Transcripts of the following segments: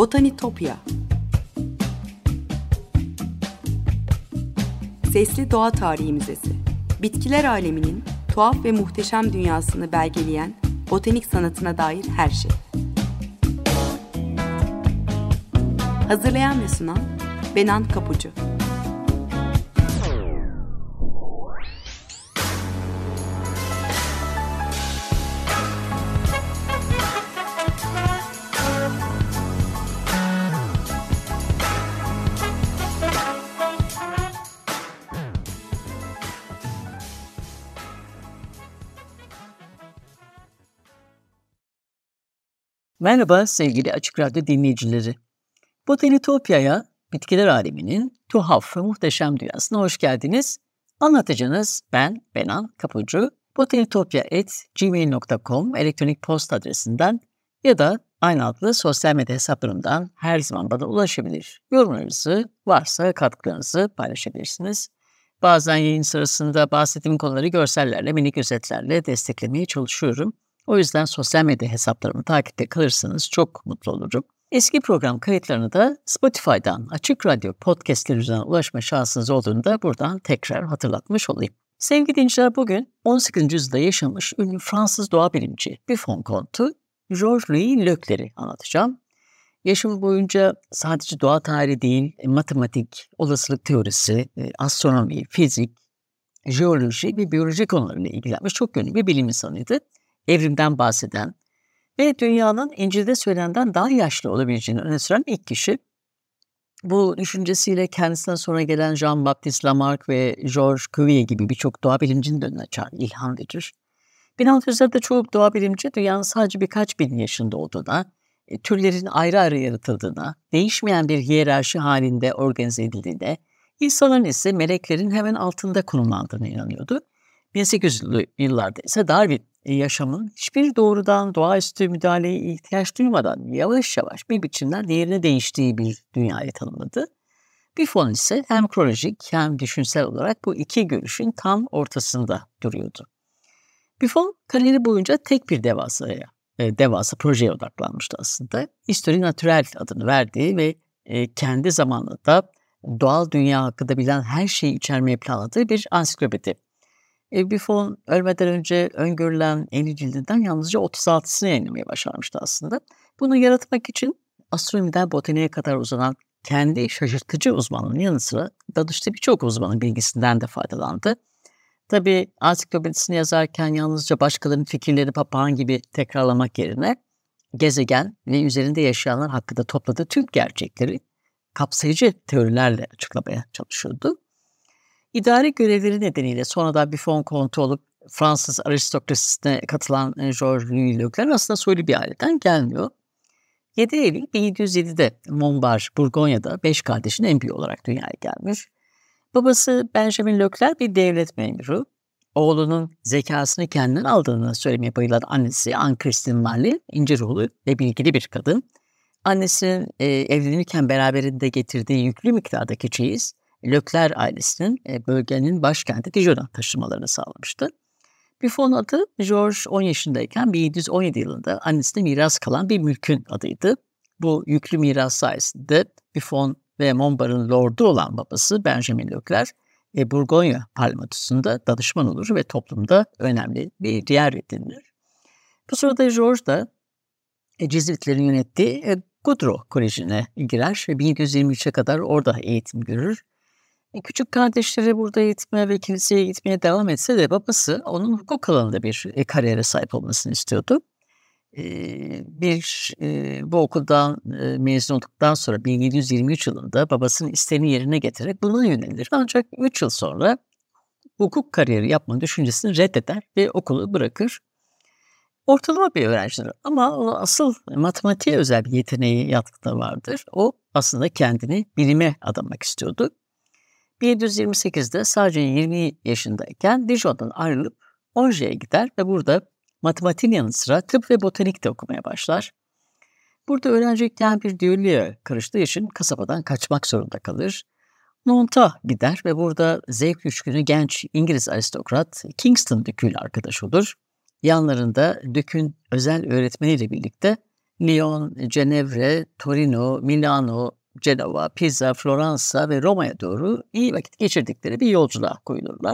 Botanitopya. Sesli Doğa Tarihi Müzesi. Bitkiler aleminin tuhaf ve muhteşem dünyasını belgeleyen botanik sanatına dair her şey. Hazırlayan ve sunan Benan Kapucu. Merhaba sevgili Açık Radyo dinleyicileri. Botanitopya'ya, bitkiler aleminin tuhaf ve muhteşem dünyasına hoş geldiniz. Anlatıcınız ben Benan Kapucu. botanitopya@gmail.com elektronik posta adresinden ya da aynı adlı sosyal medya hesaplarımdan her zaman bana ulaşabilir. Yorumlarınızı, varsa katkılarınızı paylaşabilirsiniz. Bazen yayın sırasında bahsettiğim konuları görsellerle, minik özetlerle desteklemeye çalışıyorum. O yüzden sosyal medya hesaplarımı takipte kalırsanız çok mutlu olurum. Eski program kayıtlarını da Spotify'dan Açık Radyo podcastleri üzerinden ulaşma şansınız olduğunu da buradan tekrar hatırlatmış olayım. Sevgili dinleyiciler, bugün 18. yüzyılda yaşamış ünlü Fransız doğa bilimci Buffon kontu Georges-Louis Leclerc'i anlatacağım. Yaşamı boyunca sadece doğa tarihi değil, matematik, olasılık teorisi, astronomi, fizik, jeoloji ve biyoloji konularıyla ilgilenmiş çok yönlü bir bilim insanıydı. Evrimden bahseden ve dünyanın İncil'de söylenenden daha yaşlı olabileceğini öne süren ilk kişi. Bu düşüncesiyle kendisinden sonra gelen Jean-Baptiste Lamarck ve Georges Cuvier gibi birçok doğa bilimcinin de önüne açan ilham verir. 1600'lerde çoğu doğa bilimci dünyanın sadece birkaç bin yaşında olduğuna, türlerin ayrı ayrı yaratıldığına, değişmeyen bir hiyerarşi halinde organize edildiğine, insanların ise meleklerin hemen altında konumlandığına inanıyordu. 1800'lü yıllarda ise Darwin yaşamın hiçbir doğrudan doğaüstü müdahaleye ihtiyaç duymadan yavaş yavaş bir biçimden diğerine değiştiği bir dünyayı tanımladı. Buffon ise hem kronolojik hem düşünsel olarak bu iki görüşün tam ortasında duruyordu. Buffon kariyeri boyunca tek bir devasa projeye odaklanmıştı aslında. Histoire naturelle adını verdiği ve kendi zamanında doğal dünya hakkında bilen her şeyi içermeye planladığı bir ansiklopedi. Buffon ölmeden önce öngörülen 50 cildinden yalnızca 36'sını yayınlamayı başarmıştı aslında. Bunu yaratmak için astronomiden botaniğe kadar uzanan kendi şaşırtıcı uzmanlığının yanı sıra danıştığı birçok uzmanın bilgisinden de faydalandı. Tabii ansiklopedisini yazarken yalnızca başkalarının fikirlerini papağan gibi tekrarlamak yerine gezegen ve üzerinde yaşayanlar hakkında topladığı tüm gerçekleri kapsayıcı teorilerle açıklamaya çalışıyordu. İdari görevleri nedeniyle sonradan Buffon kontu olup Fransız aristokrasisine katılan Georges-Louis Leclerc aslında soylu bir aileden gelmiyor. 7 Eylül 1707'de Montbard, Burgonya'da 5 kardeşin en büyüğü olarak dünyaya gelmiş. Babası Benjamin Leclerc bir devlet memuru. Oğlunun zekasını kendinden aldığını söylemeye bayılan annesi Anne-Christine Marly, ince ruhlu ve bilgili bir kadın. Annesinin evlenirken beraberinde getirdiği yüklü miktardaki çeyiz, Leclerc ailesinin bölgenin başkenti Dijon'a taşımalarını sağlamıştı. Buffon adı Georges 10 yaşındayken 1717 yılında annesine miras kalan bir mülkün adıydı. Bu yüklü miras sayesinde Buffon ve Montbard'ın lordu olan babası Benjamin Leclerc, Burgonya parlamentosunda danışman olur ve toplumda önemli bir yer edinir. Bu sırada Georges da Cezvitlerin yönettiği Goudreau Koleji'ne girer ve 1723'e kadar orada eğitim görür. Küçük kardeşleri burada eğitmeye ve kiliseye gitmeye devam etse de babası onun hukuk alanında bir kariyere sahip olmasını istiyordu. Bu okuldan mezun olduktan sonra 1723 yılında babasının isteğini yerine getirerek buna yönelir. Ancak 3 yıl sonra hukuk kariyeri yapma düşüncesini reddeder ve okulu bırakır. Ortalama bir öğrencidir ama o asıl matematiğe özel bir yeteneği, yatkınlığı vardır. O aslında kendini bilime adamak istiyordu. 1728'de sadece 20 yaşındayken Dijon'dan ayrılıp Angers' gider ve burada matematiğin yanı sıra tıp ve botanik de okumaya başlar. Burada öğrenciyken bir düelloya karıştığı için kasabadan kaçmak zorunda kalır. Nantas'a gider ve burada zevk düşkünü genç İngiliz aristokrat Kingston Dükü'yle arkadaş olur. Yanlarında Dük'ün özel öğretmeniyle birlikte Lyon, Cenevre, Torino, Milano, Cenova, Pisa, Floransa ve Roma'ya doğru iyi vakit geçirdikleri bir yolculuğa koyulurlar.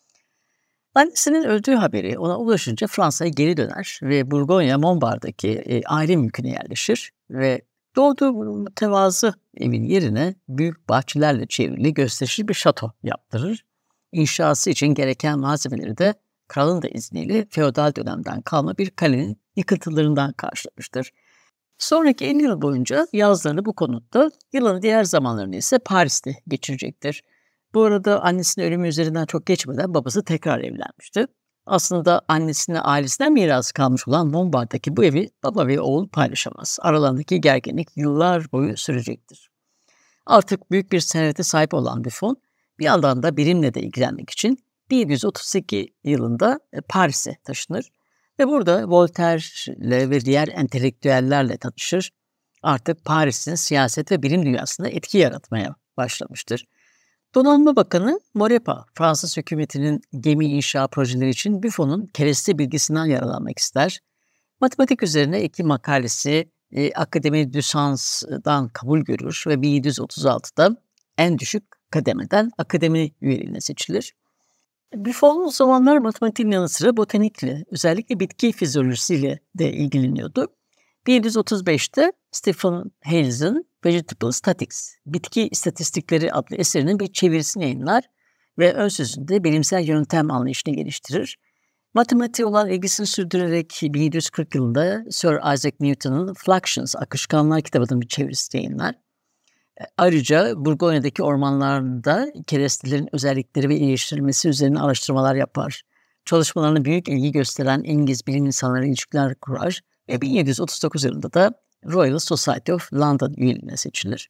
Annesinin öldüğü haberi ona ulaşınca Fransa'ya geri döner ve Burgonya Montbard'daki aile mülküne yerleşir ve doğduğu mütevazı evin yerine büyük bahçelerle çevrili gösterişli bir şato yaptırır. İnşası için gereken malzemeleri de kralın da izniyle feodal dönemden kalma bir kalenin yıkıntılarından karşılamıştır. Sonraki 50 yıl boyunca yazlarını bu konutta, yılın diğer zamanlarını ise Paris'te geçirecektir. Bu arada annesinin ölümü üzerinden çok geçmeden babası tekrar evlenmişti. Aslında annesine ailesinden miras kalmış olan Montbard'daki bu evi baba ve oğul paylaşamaz. Aralarındaki gerginlik yıllar boyu sürecektir. Artık büyük bir servete sahip olan Buffon, bir yandan da bilimle de ilgilenmek için 1732 yılında Paris'e taşınır ve burada Voltaire'le ve diğer entelektüellerle tanışır. Artık Paris'in siyaset ve bilim dünyasında etki yaratmaya başlamıştır. Donanma Bakanı Maurepas, Fransız hükümetinin gemi inşa projeleri için Buffon'un kereste bilgisinden yararlanmak ister. Matematik üzerine iki makalesi Akademi du Science'dan kabul görür ve 1736'da en düşük kademeden akademi üyeliğine seçilir. Buffon o zamanlar matematiğin yanı sıra botanikle, özellikle bitki fizyolojisiyle de ilgileniyordu. 1735'te Stephen Hales'in Vegetable Statics, Bitki İstatistikleri adlı eserinin bir çevirisini yayınlar ve ön sözünde bilimsel yöntem anlayışını geliştirir. Matematiğe olan ilgisini sürdürerek 1740 yılında Sir Isaac Newton'un Fluxions, Akışkanlar kitabının bir çevirisi yayınlar. Ayrıca Burgonya'daki ormanlarda kerestelerin özellikleri ve iyileştirilmesi üzerine araştırmalar yapar. Çalışmalarına büyük ilgi gösteren İngiliz bilim insanları ilişkiler kurar ve 1739 yılında da Royal Society of London üyeliğine seçilir.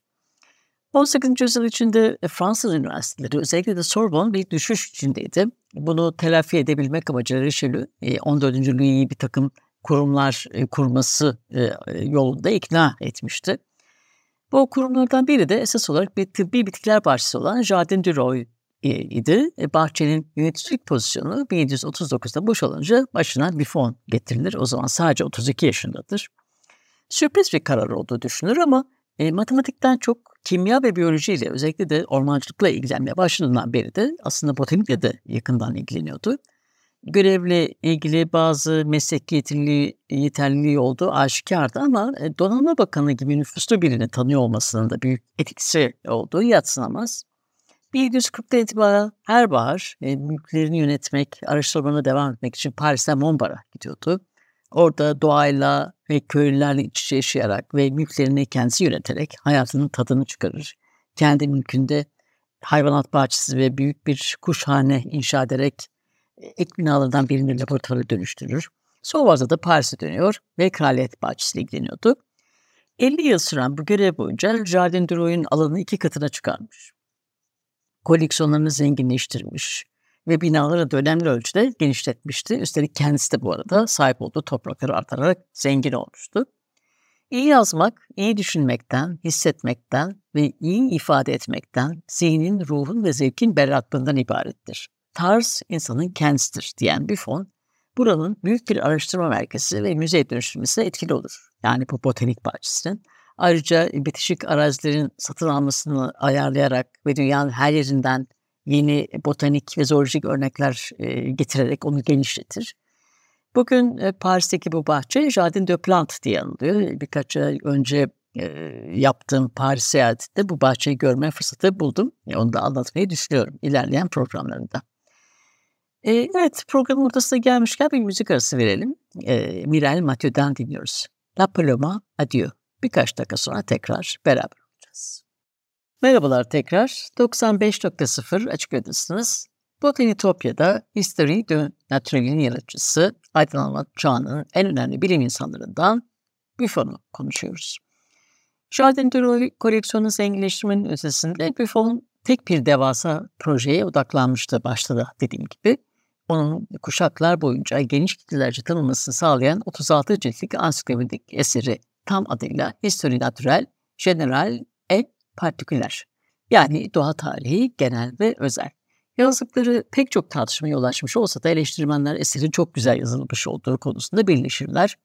18. yüzyıl içinde Fransız üniversiteleri, özellikle de Sorbonne bir düşüş içindeydi. Bunu telafi edebilmek amacıyla Richelieu, 14. Louis'i bir takım kurumlar kurması yolunda ikna etmişti. Bu kurumlardan biri de esas olarak bir tıbbi bitkiler bahçesi olan Jardin du Roi idi. Bahçenin yöneticilik pozisyonu 1739'da boşalınca başına Buffon getirilir. O zaman sadece 32 yaşındadır. Sürpriz bir karar olduğu düşünülür ama matematikten çok kimya ve biyolojiyle, özellikle de ormancılıkla ilgilenmeye başladığından beri de aslında botanikle de yakından ilgileniyordu. Görevle ilgili bazı mesleki yeterliliği olduğu aşikardı ama Donanma Bakanı gibi nüfuslu birini tanıyor olmasının da büyük etkisi olduğu yadsınamaz. 1740'ta itibaren her bahar mülklerini yönetmek, araştırmalarına devam etmek için Paris'ten Montbard'a gidiyordu. Orada doğayla ve köylülerle iç içe yaşayarak ve mülklerini kendisi yöneterek hayatının tadını çıkarır. Kendi mülkünde hayvanat bahçesi ve büyük bir kuşhane inşa ederek ek binalardan birini laboratuvara dönüştürür. Sonra da Paris'e dönüyor ve kraliyet bahçesiyle ilgileniyordu. 50 yıl süren bu görev boyunca Jardin du Roi'nin alanını 2 katına çıkarmış. Koleksiyonlarını zenginleştirmiş ve binaları da önemli ölçüde genişletmişti. Üstelik kendisi de bu arada sahip olduğu toprakları artarak zengin olmuştu. İyi yazmak, iyi düşünmekten, hissetmekten ve iyi ifade etmekten zihnin, ruhun ve zevkin berraklığından ibarettir. Tarz insanın kendisidir diyen Buffon, buranın büyük bir araştırma merkezi ve müzeye dönüştürmesine etkili olur. Yani bu botanik bahçesinin. Ayrıca bitişik arazilerin satın almasını ayarlayarak ve dünyanın her yerinden yeni botanik ve zoolojik örnekler getirerek onu genişletir. Bugün Paris'teki bu bahçe Jardin de Plantes diye anılıyor. Birkaç ay önce yaptığım Paris seyahatinde bu bahçeyi görme fırsatı buldum. Onu da anlatmayı düşünüyorum ilerleyen programlarında. Evet, programın ortasına gelmişken bir müzik arası verelim. Mireille Mathieu'dan dinliyoruz. La Paloma Adieu. Birkaç dakika sonra tekrar beraber olacağız. Merhabalar tekrar. 95.0 Açık Radyo'dasınız. Botanitopya'da History de Naturel'in yaratıcısı, aydınlanma çağının en önemli bilim insanlarından Buffon'u konuşuyoruz. Jardin du Roi koleksiyonu zenginleştirmenin ötesinde Buffon tek bir devasa projeye odaklanmıştı başta da dediğim gibi. Onun kuşaklar boyunca geniş kitlelerce tanınmasını sağlayan 36 ciltlik ansiklopedik eseri tam adıyla Histoire naturelle, générale et particulaire. Yani doğa tarihi, genel ve özel. Yazdıkları pek çok tartışmaya yol açmış olsa da eleştirmenler eserin çok güzel yazılmış olduğu konusunda birleşirler.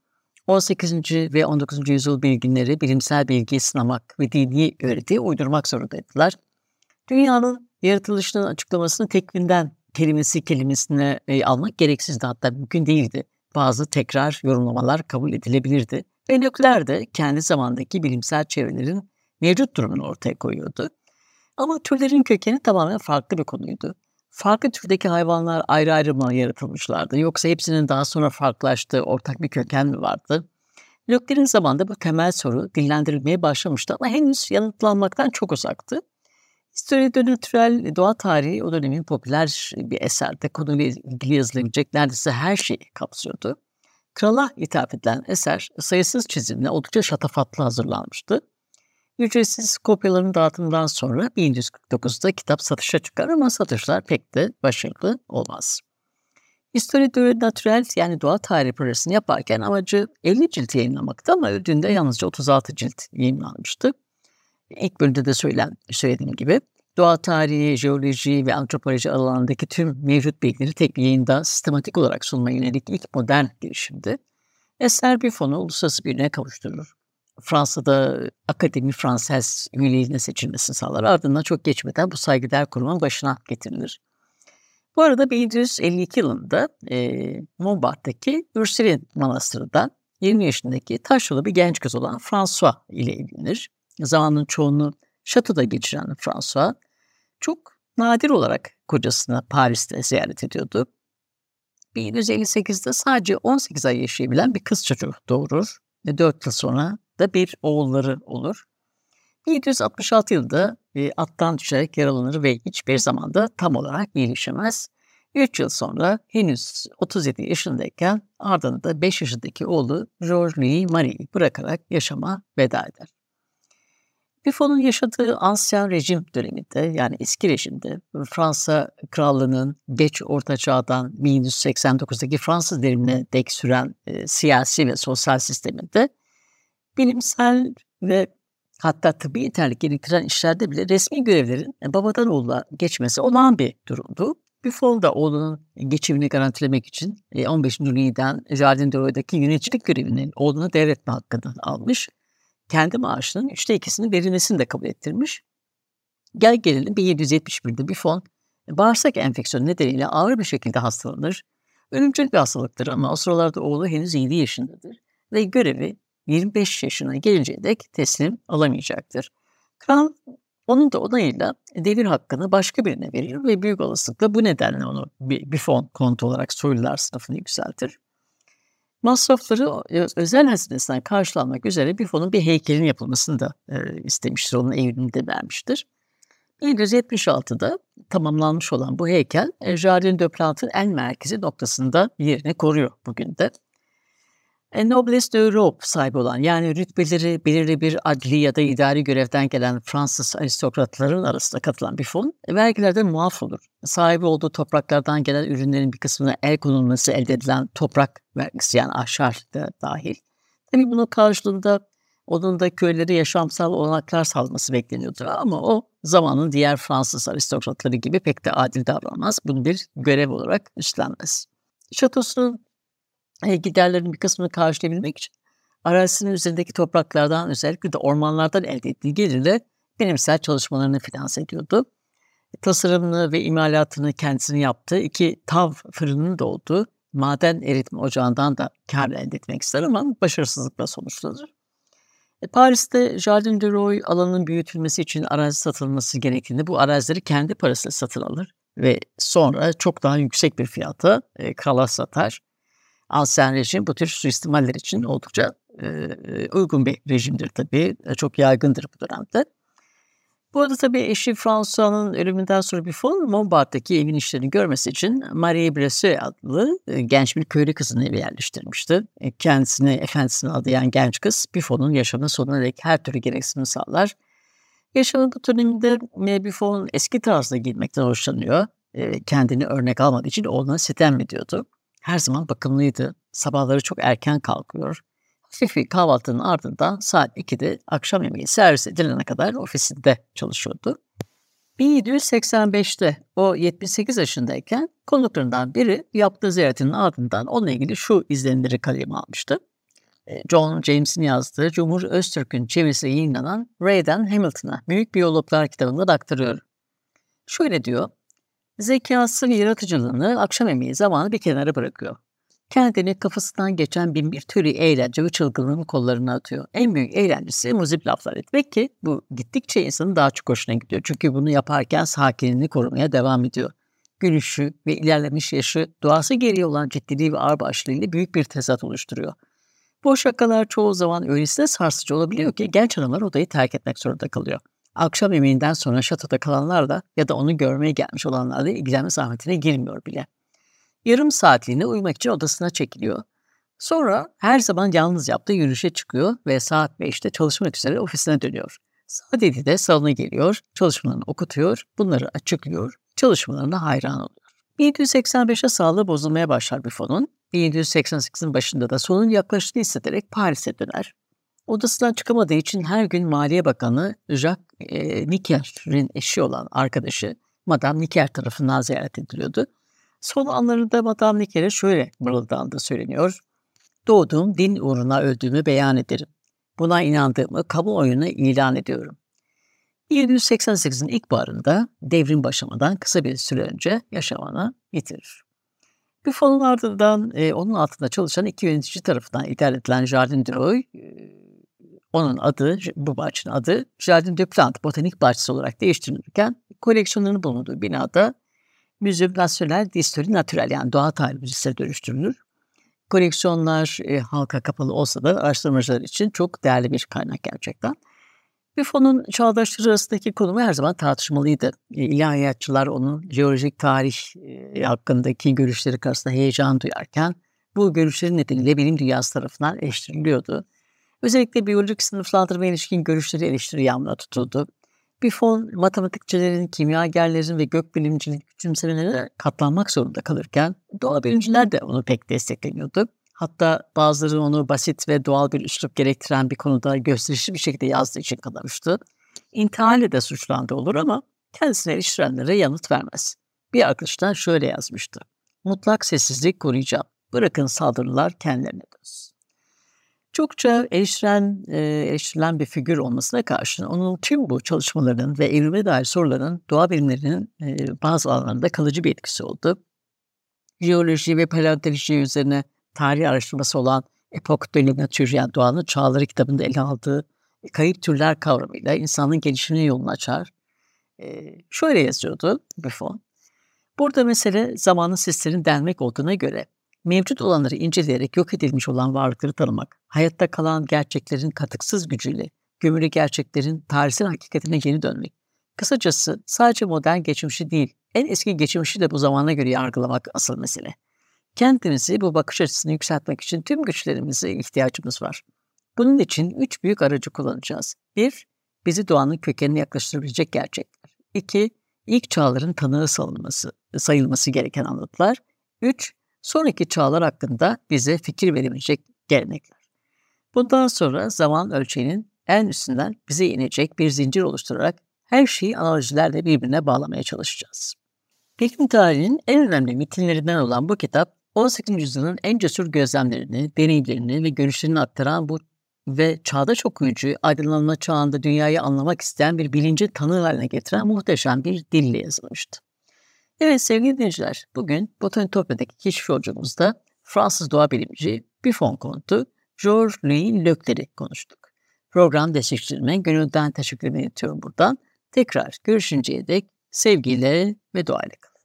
18. ve 19. yüzyıl bilginleri bilimsel bilgiyi sınamak ve dini öğretiyi uydurmak zorundaydılar. Dünyanın yaratılışının açıklamasını tekvinden kelimesine almak gereksizdi, hatta mümkün değildi. Bazı tekrar yorumlamalar kabul edilebilirdi. Ve Leclerc de kendi zamandaki bilimsel çevrelerin mevcut durumunu ortaya koyuyordu. Ama türlerin kökeni tamamen farklı bir konuydu. Farklı türdeki hayvanlar ayrı ayrı mı yaratılmışlardı, yoksa hepsinin daha sonra farklılaştığı ortak bir köken mi vardı? Leclerc'in zamanında bu temel soru dillendirilmeye başlamıştı ama henüz yanıtlanmaktan çok uzaktı. Histoire de Naturel doğa tarihi o dönemin popüler bir eserde konuyla ilgili yazılabilecek neredeyse her şeyi kapsıyordu. Krala ithaf edilen eser sayısız çizimle oldukça şatafatlı hazırlanmıştı. Ücretsiz kopyaların dağıtımından sonra 1149'da kitap satışa çıkar ama satışlar pek de başarılı olmaz. Histoire de Naturel yani doğa tarihi projesini yaparken amacı 50 cilt yayınlamaktı ama öldüğünde yalnızca 36 cilt yayınlanmıştı. İlk bölümde de söylediğim gibi doğa tarihi, jeoloji ve antropoloji alanındaki tüm mevcut bilgileri tek bir yayında sistematik olarak sunmaya yönelik ilk modern girişimdi. Eser bir fonu uluslararası birliğine kavuşturur. Fransa'da Akademi Française üyeliğine seçilmesini sağlar. Ardından çok geçmeden bu saygıdeğer kurumun başına getirilir. Bu arada 1752 yılında Montmartre'daki Ursuline Manastırı'ndan 20 yaşındaki taşralı bir genç kız olan François ile evlenir. Zamanın çoğunu şatoda geçiren François çok nadir olarak kocasını Paris'te ziyaret ediyordu. 1758'de sadece 18 ay yaşayabilen bir kız çocuğu doğurur ve 4 yıl sonra da bir oğulları olur. 1766 yılında attan düşerek yaralanır ve hiçbir zamanda tam olarak iyileşemez. 3 yıl sonra henüz 37 yaşındayken ardından da 5 yaşındaki oğlu Georges Marie'yi bırakarak yaşama veda eder. Buffon'un yaşadığı Ancien Rejim döneminde yani eski rejimde Fransa Krallığı'nın geç Orta Çağ'dan 1189'daki Fransız devrimine dek süren siyasi ve sosyal sisteminde bilimsel ve hatta tıbbi yeterlilik gerektiren işlerde bile resmi görevlerin babadan oğula geçmesi olağan bir durumdu. Buffon da oğlunun geçimini garantilemek için 15. Louis'den Jardin de Roy'daki yöneticilik görevini oğluna devretme hakkını almış. Kendi maaşının 2'sini verilmesini de kabul ettirmiş. Gel gelelim 1771'de Buffon bağırsak enfeksiyonu nedeniyle ağır bir şekilde hastalanır. Ölümcül bir hastalıktır ama o sıralarda oğlu henüz 7 yaşındadır ve görevi 25 yaşına gelinceye dek teslim alamayacaktır. Kral onun da onayıyla devir hakkını başka birine verir ve büyük olasılıkla bu nedenle onu bir Buffon kontu olarak soylular sınıfına yükseltir. Masrafları özel hazinesinden karşılanmak üzere Buffon'un bir heykelin yapılmasını da istemiştir, onun evinde vermiştir. 1776'da tamamlanmış olan bu heykel Jardin de Plante'ın en merkezi noktasında yerini koruyor bugün de. Noblesse d'Europe sahibi olan yani rütbeleri belirli bir adli ya da idari görevden gelen Fransız aristokratların arasında katılan Buffon vergilerden muaf olur. Sahibi olduğu topraklardan gelen ürünlerin bir kısmına el konulması elde edilen toprak vergisi yani ahşar da dahil. Tabii bunun karşılığında onun da köylere yaşamsal olanaklar sağlaması bekleniyordu ama o zamanın diğer Fransız aristokratları gibi pek de adil davranmaz. Bunu bir görev olarak üstlenmez. Şatosunun giderlerin bir kısmını karşılayabilmek için arazisinin üzerindeki topraklardan özellikle de ormanlardan elde ettiği gelirle bilimsel çalışmalarını finanse ediyordu. Tasarımını ve imalatını kendisinin yaptığı 2 tav fırının da olduğu maden eritme ocağından da kâr elde etmek ister ama başarısızlıkla sonuçlanır. Paris'te Jardin de Roy alanının büyütülmesi için arazi satılması gerektiğinde bu arazileri kendi parasıyla satın alır ve sonra çok daha yüksek bir fiyata krala satar. Ancien rejim bu tür suistimaller için oldukça uygun bir rejimdir tabii. Çok yaygındır bu dönemde. Bu arada tabii eşi François'nın ölümünden sonra Buffon, Montmartre'deki evin işlerini görmesi için Marie Bresseux adlı genç bir köylü kızını eve yerleştirmişti. Kendisini efendisine adayan genç kız Buffon'un yaşamının sonuna dek her türlü gereksinimi sağlar. Yaşamın bu döneminde Buffon eski tarzda giyinmekten hoşlanıyor. Kendini örnek almadığı için oğluna sitem ediyordu. Her zaman bakımlıydı. Sabahları çok erken kalkıyor. Hafif bir kahvaltının ardından saat 2'de akşam yemeği servis edilene kadar ofisinde çalışıyordu. 1785'te o 78 yaşındayken konuklarından biri yaptığı ziyaretinin ardından onunla ilgili şu izlenimleri kaleme almıştı. John James'in yazdığı Cumhur Öztürk'ün çevirisiyle yayınlanan Ray'den Hamilton'a Büyük Biyologlar kitabından aktarıyorum. Şöyle diyor, zekası ve yaratıcılığını akşam yemeği zamanı bir kenara bırakıyor. Kendini kafasından geçen bin bir türlü eğlence ve çılgınlığın kollarına atıyor. En büyük eğlencesi muzip laflar etmek ki bu gittikçe insanın daha çok hoşuna gidiyor. Çünkü bunu yaparken sakinliğini korumaya devam ediyor. Gülüşü ve ilerlemiş yaşı doğası gereği olan ciddiliği ve ağırbaşlılığıyla büyük bir tezat oluşturuyor. Bu şakalar çoğu zaman öylesine sarsıcı olabiliyor ki genç hanımlar odayı terk etmek zorunda kalıyor. Akşam yemeğinden sonra şatoda kalanlar da ya da onu görmeye gelmiş olanlar da ilgilenme zahmetine girmiyor bile. Yarım saatliğine uyumak için odasına çekiliyor. Sonra her zaman yalnız yaptığı yürüyüşe çıkıyor ve saat 5'te çalışmak üzere ofisine dönüyor. Saat 7'de salona geliyor, çalışmalarını okutuyor, bunları açıklıyor, çalışmalarına hayran oluyor. 1785'e sağlığı bozulmaya başlar Buffon'un. 1788'in başında da sonun yaklaştığını hissederek Paris'e döner. Odasından çıkamadığı için her gün Maliye Bakanı Jacques Nicker'in eşi olan arkadaşı Madame Nicker tarafından ziyaret ediliyordu. Son anlarında Madame Nicker'e şöyle mırıldandığı söyleniyor. Doğduğum din uğruna öldüğümü beyan ederim. Buna inandığımı kamuoyuna ilan ediyorum. 1788'in ilkbaharında devrim başlamadan kısa bir süre önce yaşamını yitirir. Buffon'un ardından onun altında çalışan iki yönetici tarafından idare edilen Jardin de Roy, onun adı, bu bahçenin adı Jardin de Plantes Botanik Bahçesi olarak değiştirilirken koleksiyonlarının bulunduğu binada Musée National d'Histoire Naturelle yani Doğa Tarihi Müzesi'ne dönüştürülür. Koleksiyonlar halka kapalı olsa da araştırmacılar için çok değerli bir kaynak gerçekten. Buffon'un çağdaşları arasındaki konumu her zaman tartışmalıydı. İlahiyatçılar onun jeolojik tarih hakkındaki görüşleri karşısında heyecan duyarken bu görüşlerin nedeniyle bilim dünyası tarafından eleştiriliyordu. Özellikle biyolojik sınıflandırma ilişkin görüşleri eleştiri yağmuruna tutuldu. Buffon, matematikçilerin, kimyagerlerin ve gökbilimcilerin küçümsemelerine katlanmak zorunda kalırken doğa bilimciler de onu pek desteklemiyordu. Hatta bazıları onu basit ve doğal bir üslup gerektiren bir konuda gösterişli bir şekilde yazdığı için kınamıştı. İntiharla de suçlandı olur ama kendisine eleştirenlere yanıt vermez. Bir arkadaştan şöyle yazmıştı. Mutlak sessizlik koruyacağım. Bırakın saldırılar kendilerine dönsün. Çokça eleştirilen bir figür olmasına karşın onun tüm bu çalışmalarının ve evrime dair soruların doğa bilimlerinin bazı alanlarında kalıcı bir etkisi oldu. Jeoloji ve paleontoloji üzerine tarih araştırması olan Epok de la Nature yani Doğanın Çağları kitabında ele aldığı kayıp türler kavramıyla insanın gelişimine yolunu açar. Şöyle yazıyordu Buffon. Burada mesele zamanın seslerin denmek olduğuna göre mevcut olanları inceleyerek yok edilmiş olan varlıkları tanımak, hayatta kalan gerçeklerin katıksız gücüyle gömülü gerçeklerin tarihsel hakikatine geri dönmek. Kısacası sadece modern geçmişi değil, en eski geçmişi de bu zamana göre yargılamak asıl mesele. Kendimizi bu bakış açısını yükseltmek için tüm güçlerimize ihtiyacımız var. Bunun için 3 büyük aracı kullanacağız. 1. Bizi doğanın kökenine yaklaştırabilecek gerçekler. 2. İlk çağların tanığı sayılması gereken anlatılar. 3. Sonraki çağlar hakkında bize fikir verebilecek gelenekler. Bundan sonra zaman ölçeğinin en üstünden bize inecek bir zincir oluşturarak her şeyi analojilerle birbirine bağlamaya çalışacağız. Bilim tarihinin en önemli metinlerinden olan bu kitap, 18. yüzyılın en cesur gözlemlerini, deneyimlerini ve görüşlerini aktaran bu ve çağdaş okuyucuyu aydınlanma çağında dünyayı anlamak isteyen bir bilinci tanığı haline getiren muhteşem bir dille yazılmıştı. Evet sevgili dinleyiciler, bugün Botanitopya'daki keşif yolculuğumuzda Fransız doğa bilimci Buffon kontu Georges-Louis Leclerc'i konuştuk. Program destekçilerime gönülden teşekkür iletiyorum buradan. Tekrar görüşünceye dek sevgiyle ve doğayla kalın.